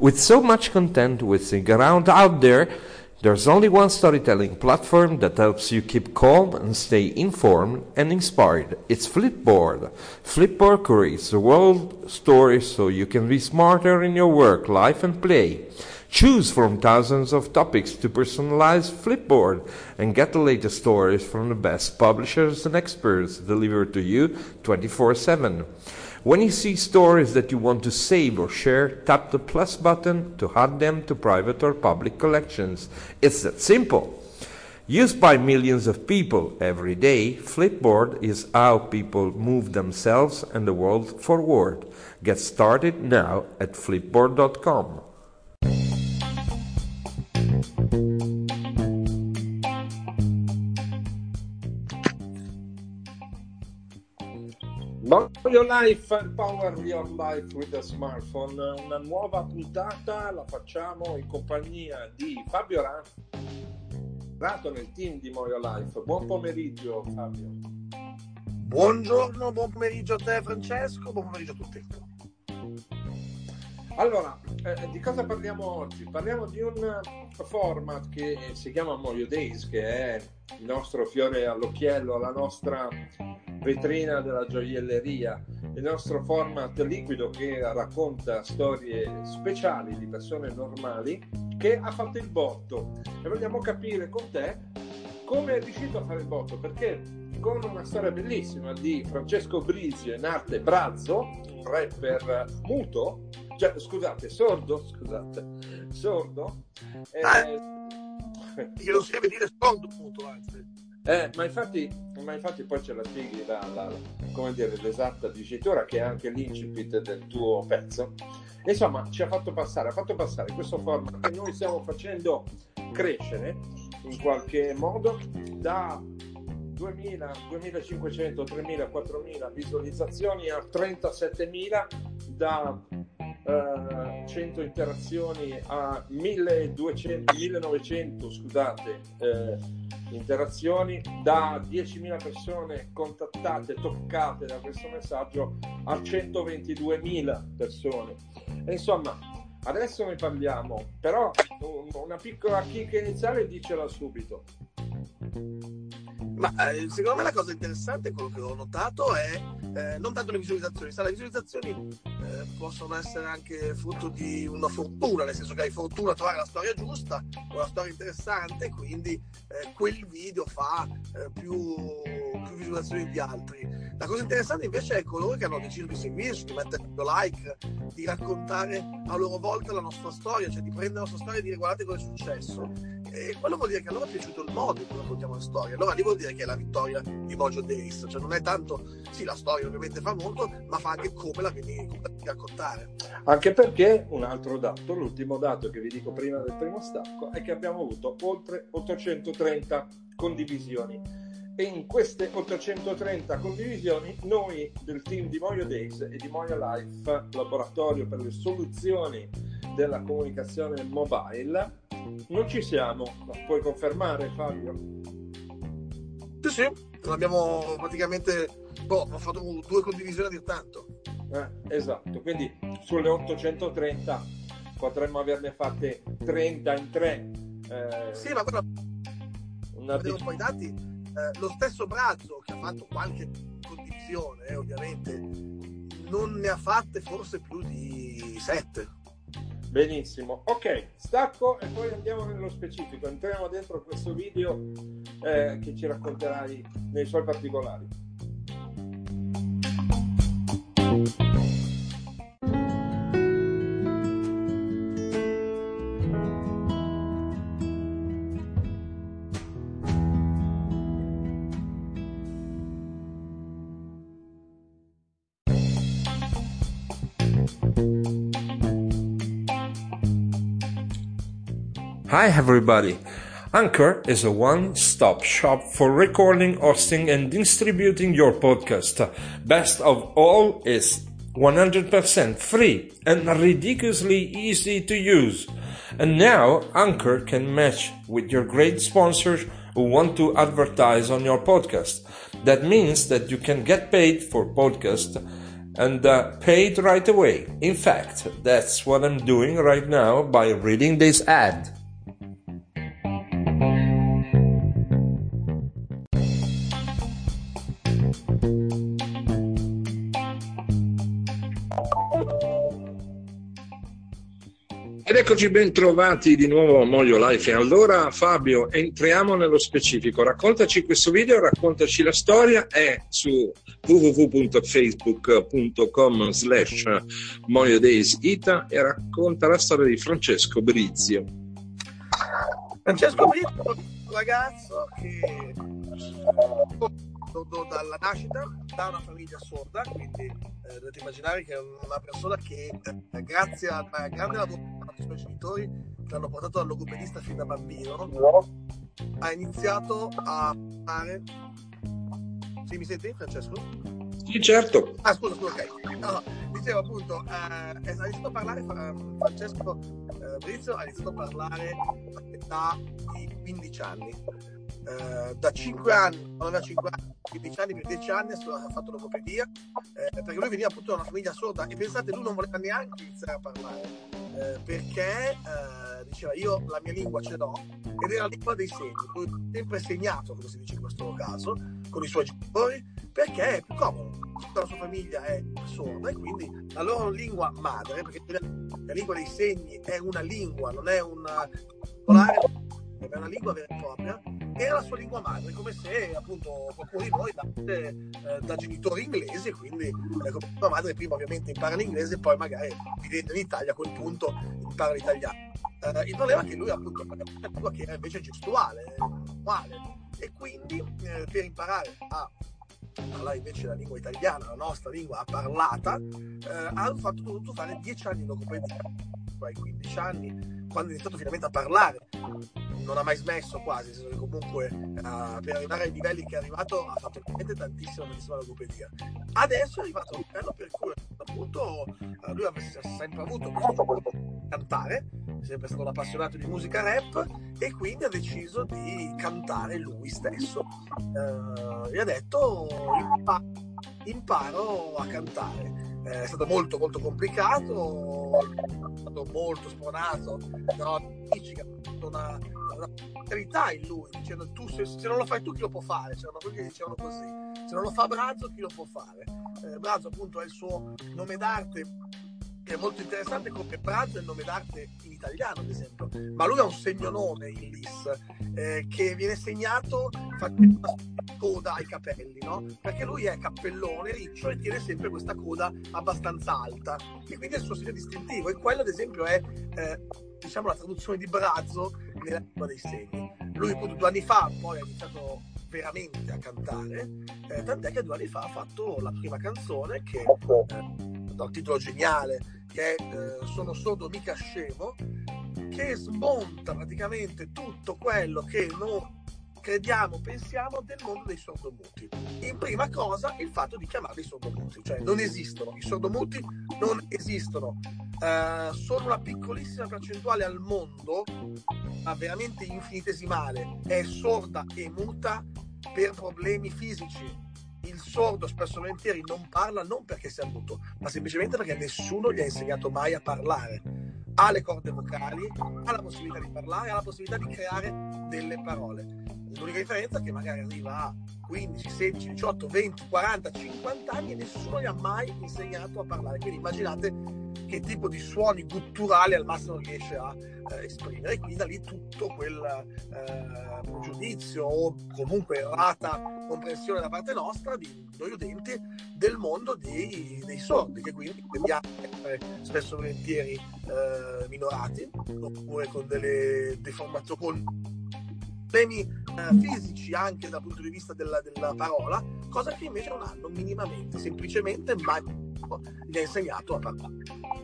With so much content whizzing around out there, there's only one storytelling platform that helps you keep calm and stay informed and inspired. It's Flipboard. Flipboard creates the world stories so you can be smarter in your work, life and play. Choose from thousands of topics to personalize Flipboard and get the latest stories from the best publishers and experts delivered to you 24/7. When you see stories that you want to save or share, tap the plus button to add them to private or public collections. It's that simple. Used by millions of people every day, Flipboard is how people move themselves and the world forward. Get started now at flipboard.com. Your Life, Power Your Life with a Smartphone. Una nuova puntata la facciamo in compagnia di Fabio Rato nel team di Mojo Life. Buon pomeriggio Fabio. Buongiorno, buon pomeriggio a te Francesco, buon pomeriggio a tutti. Allora, di cosa parliamo oggi? Parliamo di un format che si chiama Mojo Days, che è il nostro fiore all'occhiello, la nostra vetrina della gioielleria, il nostro format liquido che racconta storie speciali di persone normali che ha fatto il botto, e vogliamo capire con te come è riuscito a fare il botto, perché con una storia bellissima di Francesco Brizio, in arte Brazzo, un rapper muto, sordo. Io non so dire sordo muto, anzi. Ma infatti poi ce la spieghi l'esatta dicitura, che è anche l'incipit del tuo pezzo. Insomma, ci ha fatto passare questo format che noi stiamo facendo crescere in qualche modo da 2000, 2500, 3000, 4000 visualizzazioni a 37.000, da 100 interazioni a 1900 interazioni, da 10.000 persone contattate, toccate da questo messaggio, a 122.000 persone. E insomma, adesso ne parliamo, però una piccola chicca iniziale, dicela subito. Ma secondo me la cosa interessante, quello che ho notato, è non tanto le visualizzazioni. Le visualizzazioni possono essere anche frutto di una fortuna, nel senso che hai fortuna a trovare la storia giusta o la storia interessante, quindi quel video fa più visualizzazioni di altri. La cosa interessante invece è coloro che hanno deciso di seguirci, di mettere il like, di raccontare a loro volta la nostra storia, cioè di prendere la nostra storia e dire guardate cosa è successo. E quello vuol dire che a loro è piaciuto il modo in cui raccontiamo la storia. Allora lì vuol dire che è la vittoria di Mojo Days, cioè non è tanto, sì, la storia ovviamente fa molto, ma fa anche come la vieni a raccontare. Anche perché un altro dato, l'ultimo dato che vi dico prima del primo stacco, è che abbiamo avuto oltre 830 condivisioni, e in queste 830 condivisioni noi del team di Mojo Days e di Mojo Life, laboratorio per le soluzioni della comunicazione mobile, non ci siamo. Puoi confermare, Fabio? Sì, abbiamo praticamente ho fatto 2 condivisioni a dir tanto. Esatto, quindi sulle 830 potremmo averne fatte 30 in 3. Sì, ma però vedevo poi i dati. Lo stesso Brazzo, che ha fatto qualche condivisione, ovviamente non ne ha fatte forse più di 7. Benissimo, ok, stacco e poi andiamo nello specifico, entriamo dentro questo video che ci racconterai nei suoi particolari. Hi everybody! Anchor is a one-stop shop for recording, hosting and distributing your podcast. Best of all is 100% free and ridiculously easy to use. And now Anchor can match with your great sponsors who want to advertise on your podcast. That means that you can get paid for podcast and pay it right away. In fact, that's what I'm doing right now by reading this ad. Ed eccoci ben trovati di nuovo a Moglio Life. E allora Fabio, entriamo nello specifico. Raccontaci questo video, raccontaci la storia. È su www.facebook.com/MoglioDaysIta e racconta la storia di Francesco Brizio. Francesco Brizio, un ragazzo che dalla nascita da una famiglia sorda, quindi dovete immaginare che è una persona che grazie al grande lavoro dei suoi genitori che l'hanno portato dal logopedista fin da bambino ha iniziato a fare... Sì, mi senti, Francesco? Sì, certo. Scusa, ok. No, dicevo appunto, ha iniziato a parlare Francesco Brizio ha iniziato a parlare all'età di 15 anni. Da 5 anni, non aveva 5 anni, 15 anni, per 10 anni ha fatto logopedia, perché lui veniva appunto da una famiglia sorda e pensate, lui non voleva neanche iniziare a parlare, perché diceva io la mia lingua ce l'ho ed era la lingua dei segni. Lui ha sempre segnato, come si dice in questo caso, con i suoi genitori, perché è più comodo. Tutta la sua famiglia è sorda e quindi la loro lingua madre, perché la lingua dei segni è una lingua, non è una popolare, è una lingua vera e propria, era la sua lingua madre, come se appunto qualcuno di noi da genitori inglesi, e quindi come sua madre prima ovviamente impara l'inglese e poi magari vivendo in Italia a quel punto impara l'italiano. Il problema è che lui appunto parla una lingua che era invece gestuale, uguale, e quindi per imparare a parlare invece la lingua italiana, la nostra lingua parlata, ha dovuto fare 10 anni di logopedia, poi 15 anni, quando è iniziato finalmente a parlare. Non ha mai smesso quasi, nel senso che comunque per arrivare ai livelli che è arrivato ha fatto veramente tantissima logopedia. Adesso è arrivato a un livello per cui appunto lui ha sempre avuto questo cantare, è sempre stato un appassionato di musica rap e quindi ha deciso di cantare lui stesso. E ha detto imparo a cantare. È stato molto molto complicato, è stato molto spronato, però amici che hanno una verità in lui, dicendo tu se non lo fai tu chi lo può fare? C'erano quelli che dicevano così, se non lo fa Brazzo chi lo può fare? Brazzo appunto è il suo nome d'arte, che è molto interessante, come Brazzo è il nome d'arte in italiano ad esempio, ma lui ha un segnonome in LIS che viene segnato facendo una coda ai capelli, no? Perché lui è cappellone, riccio e tiene sempre questa coda abbastanza alta e quindi è il suo segno distintivo, e quello ad esempio è diciamo la traduzione di Brazzo nella lingua dei segni. Lui appunto 2 anni fa poi ha iniziato veramente a cantare, tant'è che 2 anni fa ha fatto la prima canzone che dal titolo geniale, che è Sono sordo mica scemo, che smonta praticamente tutto quello che noi crediamo, pensiamo del mondo dei sordomuti. In prima cosa il fatto di chiamarli sordomuti, cioè non esistono, i sordomuti non esistono, sono una piccolissima percentuale al mondo, ma veramente infinitesimale, è sorda e muta per problemi fisici. Il sordo spesso e volentieri non parla non perché sia muto, ma semplicemente perché nessuno gli ha insegnato mai a parlare. Ha le corde vocali, ha la possibilità di parlare, ha la possibilità di creare delle parole. L'unica differenza è che magari arriva a 15, 16, 18, 20, 40, 50 anni e nessuno gli ha mai insegnato a parlare. Quindi immaginate che tipo di suoni gutturali al massimo riesce a esprimere, e quindi da lì tutto quel pregiudizio o comunque errata comprensione da parte nostra, di noi udenti, del mondo dei sordi, che quindi tendiamo a essere spesso e volentieri minorati, oppure con delle deformazioni, con problemi fisici anche dal punto di vista della parola, cosa che invece non hanno minimamente, semplicemente mai gli ha insegnato a parlare.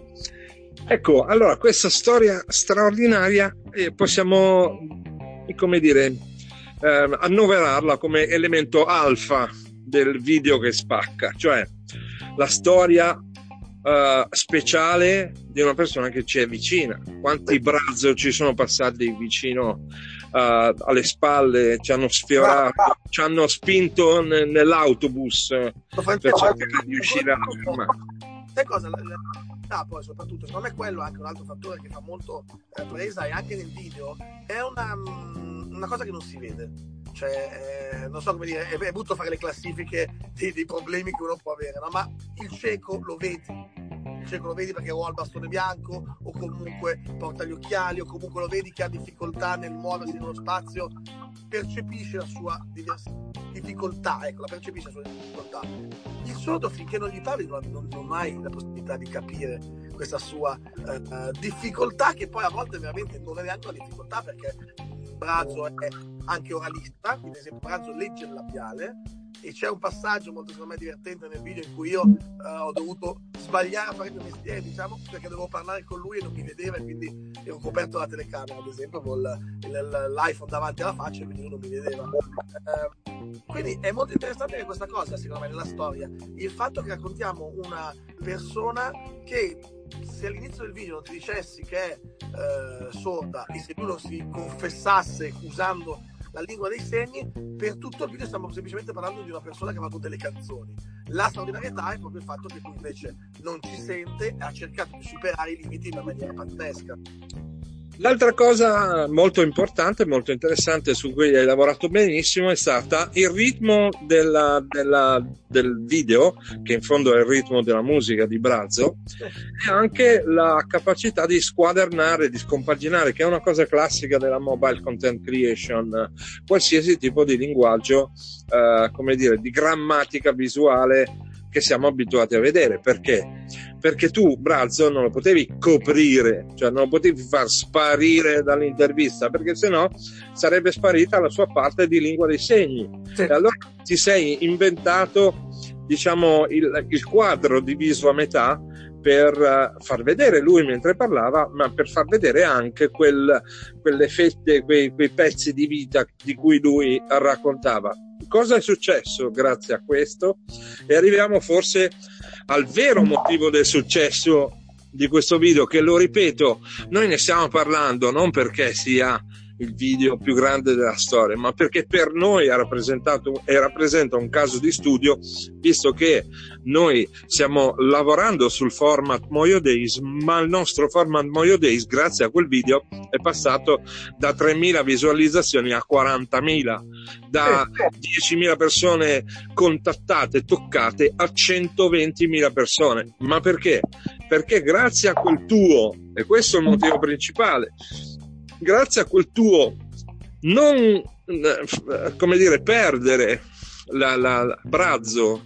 Ecco, allora questa storia straordinaria possiamo, come dire, annoverarla come elemento alfa del video che spacca, cioè la storia speciale di una persona che ci è vicina. Quanti Brazzo ci sono passati vicino alle spalle, ci hanno sfiorato, ci hanno spinto nell'autobus per cercare di uscire alla fermata. Sai cosa? Poi soprattutto secondo me quello è anche un altro fattore che fa molto presa, e anche nel video è una cosa che non si vede, cioè non so come dire, è brutto fare le classifiche dei problemi che uno può avere, no? Ma il cieco lo vedi perché o ha il bastone bianco o comunque porta gli occhiali, o comunque lo vedi che ha difficoltà nel muoversi nello spazio, percepisce la sua difficoltà, ecco, la percepisce la sua difficoltà. Il sordo, finché non gli parli, non hai la possibilità di capire questa sua difficoltà, che poi a volte veramente non è neanche una difficoltà, perché Brazzo è anche oralista, quindi ad esempio Brazzo legge il labiale, e c'è un passaggio molto secondo me divertente nel video in cui io ho dovuto sbagliare a fare il mio mestiere, diciamo, perché dovevo parlare con lui e non mi vedeva, e quindi ero coperto dalla telecamera, ad esempio, con l'iPhone davanti alla faccia, e quindi lui non mi vedeva. Quindi è molto interessante che questa cosa, secondo me, nella storia, il fatto che raccontiamo una persona che, se all'inizio del video non ti dicessi che è sorda, e se lui non si confessasse usando la lingua dei segni, per tutto il video stiamo semplicemente parlando di una persona che ha fatto delle canzoni. La straordinarietà è proprio il fatto che lui invece non ci sente e ha cercato di superare i limiti in una maniera pazzesca. L'altra cosa molto importante, molto interessante, su cui hai lavorato benissimo, è stata il ritmo del video, che in fondo è il ritmo della musica di Brazzo, e anche la capacità di squadernare, di scompaginare, che è una cosa classica della mobile content creation, qualsiasi tipo di linguaggio, come dire, di grammatica visuale che siamo abituati a vedere. Perché? Perché tu, Brazzo, non lo potevi coprire, cioè non lo potevi far sparire dall'intervista, perché sennò sarebbe sparita la sua parte di lingua dei segni. Sì. E allora ti sei inventato, diciamo, il quadro diviso a metà per far vedere lui mentre parlava, ma per far vedere anche quelle fette, quei pezzi di vita di cui lui raccontava. Cosa è successo grazie a questo? E arriviamo forse al vero motivo del successo di questo video, che, lo ripeto, noi ne stiamo parlando non perché sia il video più grande della storia, ma perché per noi rappresenta un caso di studio, visto che noi stiamo lavorando sul format Mojo Days, ma il nostro format Mojo Days, grazie a quel video, è passato da 3.000 visualizzazioni a 40.000, da 10.000 persone contattate, toccate, a 120.000 persone. Ma perché? Perché grazie a quel tuo, e questo è il motivo principale, grazie a quel tuo non, come dire, perdere la Brazzo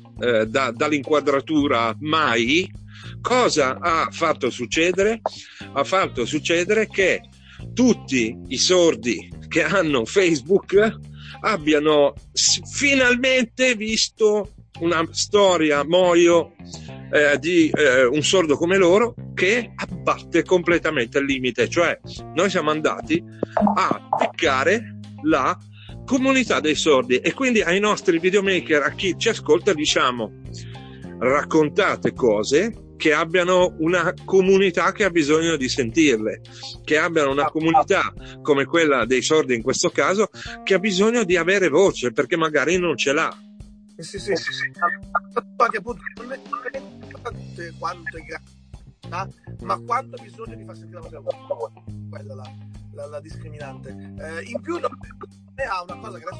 dall'inquadratura mai, cosa ha fatto succedere? Ha fatto succedere che tutti i sordi che hanno Facebook abbiano finalmente visto una storia Mojo di un sordo come loro, che abbatte completamente il limite. Cioè, noi siamo andati a toccare la comunità dei sordi, e quindi ai nostri videomaker, a chi ci ascolta, diciamo: raccontate cose che abbiano una comunità che ha bisogno di sentirle, che abbiano una comunità come quella dei sordi in questo caso, che ha bisogno di avere voce, perché magari non ce l'ha. Sì. Anche appunto quanto è grande, ma quanto ha bisogno di far sentire la voce, quella la discriminante. In più ha una cosa che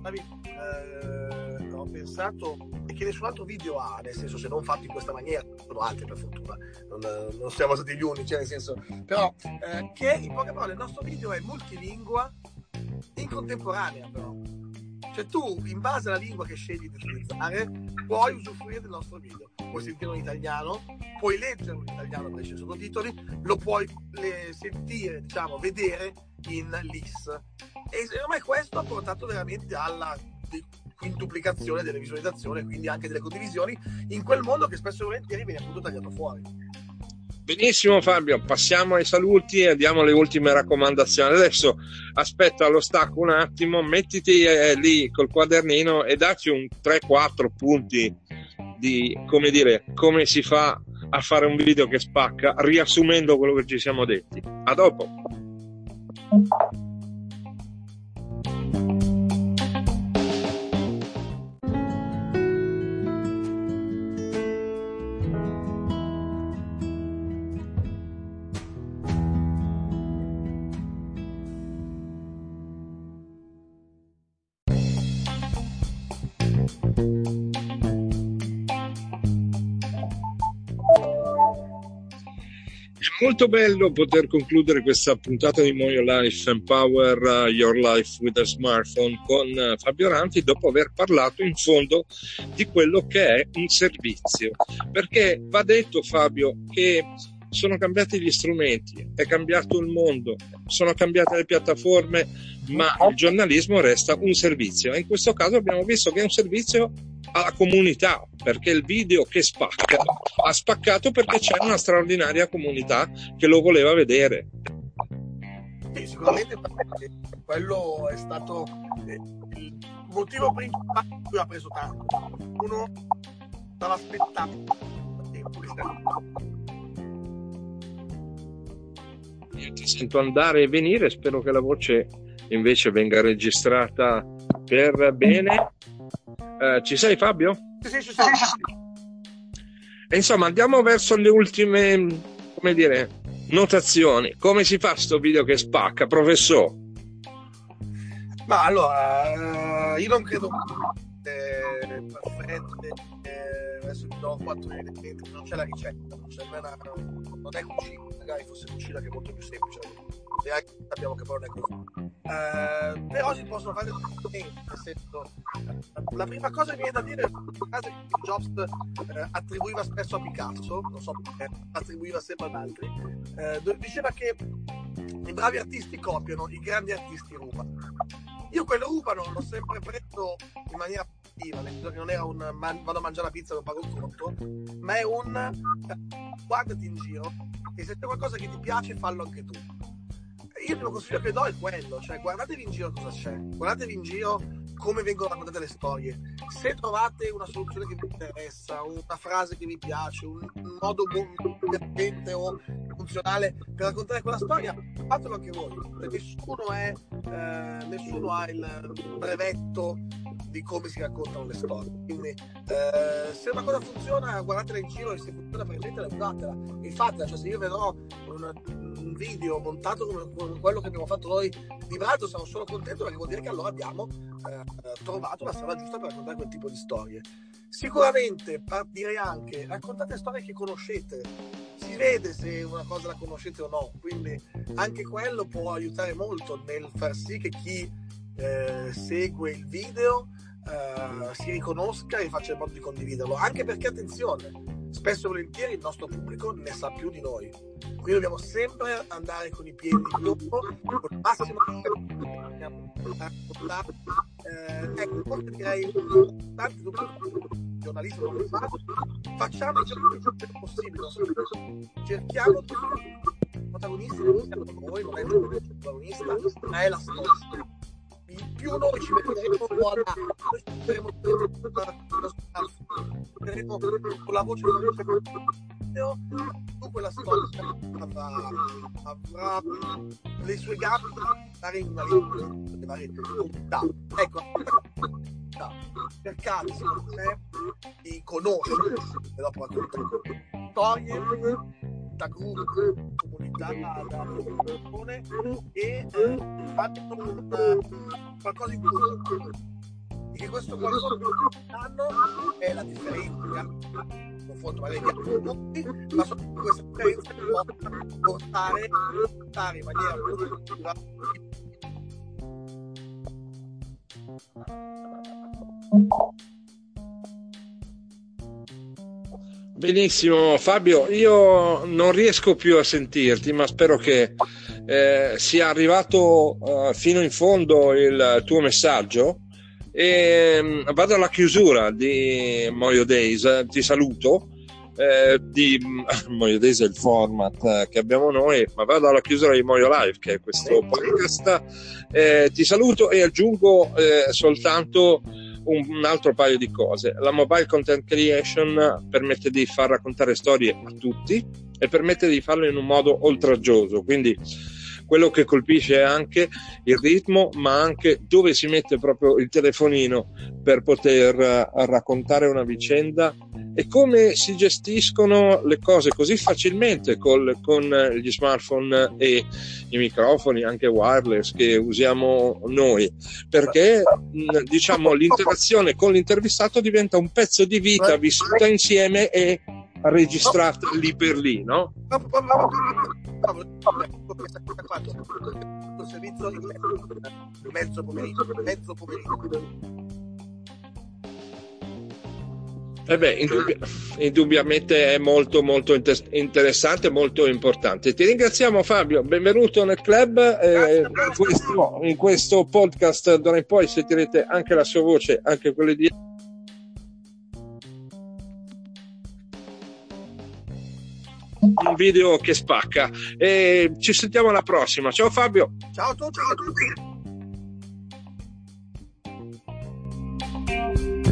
adesso ho pensato, e che nessun altro video ha, nel senso, se non fatto in questa maniera, sono altri per fortuna, non siamo stati gli unici, nel senso, però che in poche parole il nostro video è multilingua in contemporanea, però. Cioè tu, in base alla lingua che scegli di utilizzare, puoi usufruire del nostro video. Puoi sentirlo in italiano, puoi leggerlo in italiano perché ci sono sottotitoli, lo puoi sentire, diciamo, vedere in LIS. E secondo me questo ha portato veramente alla quintuplicazione delle visualizzazioni, quindi anche delle condivisioni, in quel mondo che spesso e volentieri viene appunto tagliato fuori. Benissimo Fabio, passiamo ai saluti e diamo le ultime raccomandazioni. Adesso aspetta lo stacco un attimo, mettiti lì col quadernino e dacci un 3-4 punti di, come dire, come si fa a fare un video che spacca, riassumendo quello che ci siamo detti. A dopo. Molto bello poter concludere questa puntata di Mojo Life Empower Your Life with a Smartphone con Fabio Ranti, dopo aver parlato in fondo di quello che è un servizio, perché va detto, Fabio, che sono cambiati gli strumenti, è cambiato il mondo, sono cambiate le piattaforme, ma il giornalismo resta un servizio, e in questo caso abbiamo visto che è un servizio alla comunità, perché il video che spacca ha spaccato perché c'è una straordinaria comunità che lo voleva vedere. Sì, sicuramente quello è stato il motivo principale per cui ha preso tanto. Uno stava aspettando Io ti sento andare e venire, spero che la voce invece venga registrata per bene. Ci sei, Fabio? Sì, sì. E insomma, andiamo verso le ultime, come dire, notazioni. Come si fa sto video che spacca, professore? Ma allora, io non credo perfette, adesso vi do 4 elementi, non c'è la ricetta, non è cucina, magari fosse cucina che è molto più semplice, e anche sappiamo che poi non è così. Però si possono fare delle cose, nel senso, la prima cosa che mi viene da dire è una frase che Jobs attribuiva spesso a Picasso, non so perché, attribuiva sempre ad altri, dove diceva che i bravi artisti copiano, i grandi artisti rubano. Io quello rubano l'ho sempre preso in maniera positiva, nel senso che non era un vado a mangiare la pizza e non pago il conto, ma è un guardati in giro e se c'è qualcosa che ti piace fallo anche tu. Io il mio consiglio che do è quello, cioè guardatevi in giro cosa c'è, guardatevi in giro come vengono raccontate le storie. Se trovate una soluzione che vi interessa, una frase che vi piace, un modo divertente o funzionale per raccontare quella storia, fatelo anche voi, perché nessuno ha il brevetto di come si raccontano le storie. Quindi se una cosa funziona, guardatela in giro, e se funziona prendetela e usatela e fatela. Cioè, se io vedrò un video montato come quello che abbiamo fatto noi di Brazzo, sarò solo contento, perché vuol dire che allora abbiamo trovato la strada giusta per raccontare quel tipo di storie. Sicuramente direi anche raccontate storie che conoscete, si vede se una cosa la conoscete o no, quindi anche quello può aiutare molto nel far sì che chi segue il video si riconosca e faccia il modo di condividerlo, anche perché, attenzione, spesso e volentieri il nostro pubblico ne sa più di noi, quindi dobbiamo sempre andare con i piedi dopo, con il massimo ecco, forse direi tanti giornalisti non lo fanno, facciamo il più possibile, cerchiamo di protagonisti, non siamo noi, non è il protagonista, ma è la storia. In più noi ci metteremo con la voce su quella storia avrà le sue gambe stare in una linea, le varie comunità. Ecco, cercate secondo me di conoscere e dopo raccontare storie da gruppo, comunità, da persone, e fate qualcosa in comune, e che questo qualcosa che hanno è la differenza confronto magari di tutti, ma soprattutto questa differenza che può portare in maniera positiva. Benissimo, Fabio, io non riesco più a sentirti, ma spero che sia arrivato fino in fondo il tuo messaggio, e vado alla chiusura di Mojo Days. Ti saluto. Mojo Days è il format che abbiamo noi, ma vado alla chiusura di Mojo Live, che è questo podcast. Ti saluto e aggiungo soltanto un altro paio di cose. La mobile content creation permette di far raccontare storie a tutti e permette di farlo in un modo oltraggioso, quindi quello che colpisce è anche il ritmo, ma anche dove si mette proprio il telefonino per poter raccontare una vicenda e come si gestiscono le cose così facilmente con gli smartphone e i microfoni anche wireless che usiamo noi, perché diciamo l'interazione con l'intervistato diventa un pezzo di vita vissuta insieme e registrata lì per lì, no? Servizio mezzo pomeriggio. Indubbiamente è molto molto interessante, molto importante. Ti ringraziamo Fabio, benvenuto nel club. In questo podcast d'ora in poi sentirete anche la sua voce, anche quelle di un video che spacca, e ci sentiamo alla prossima. Ciao Fabio. Ciao a tutti.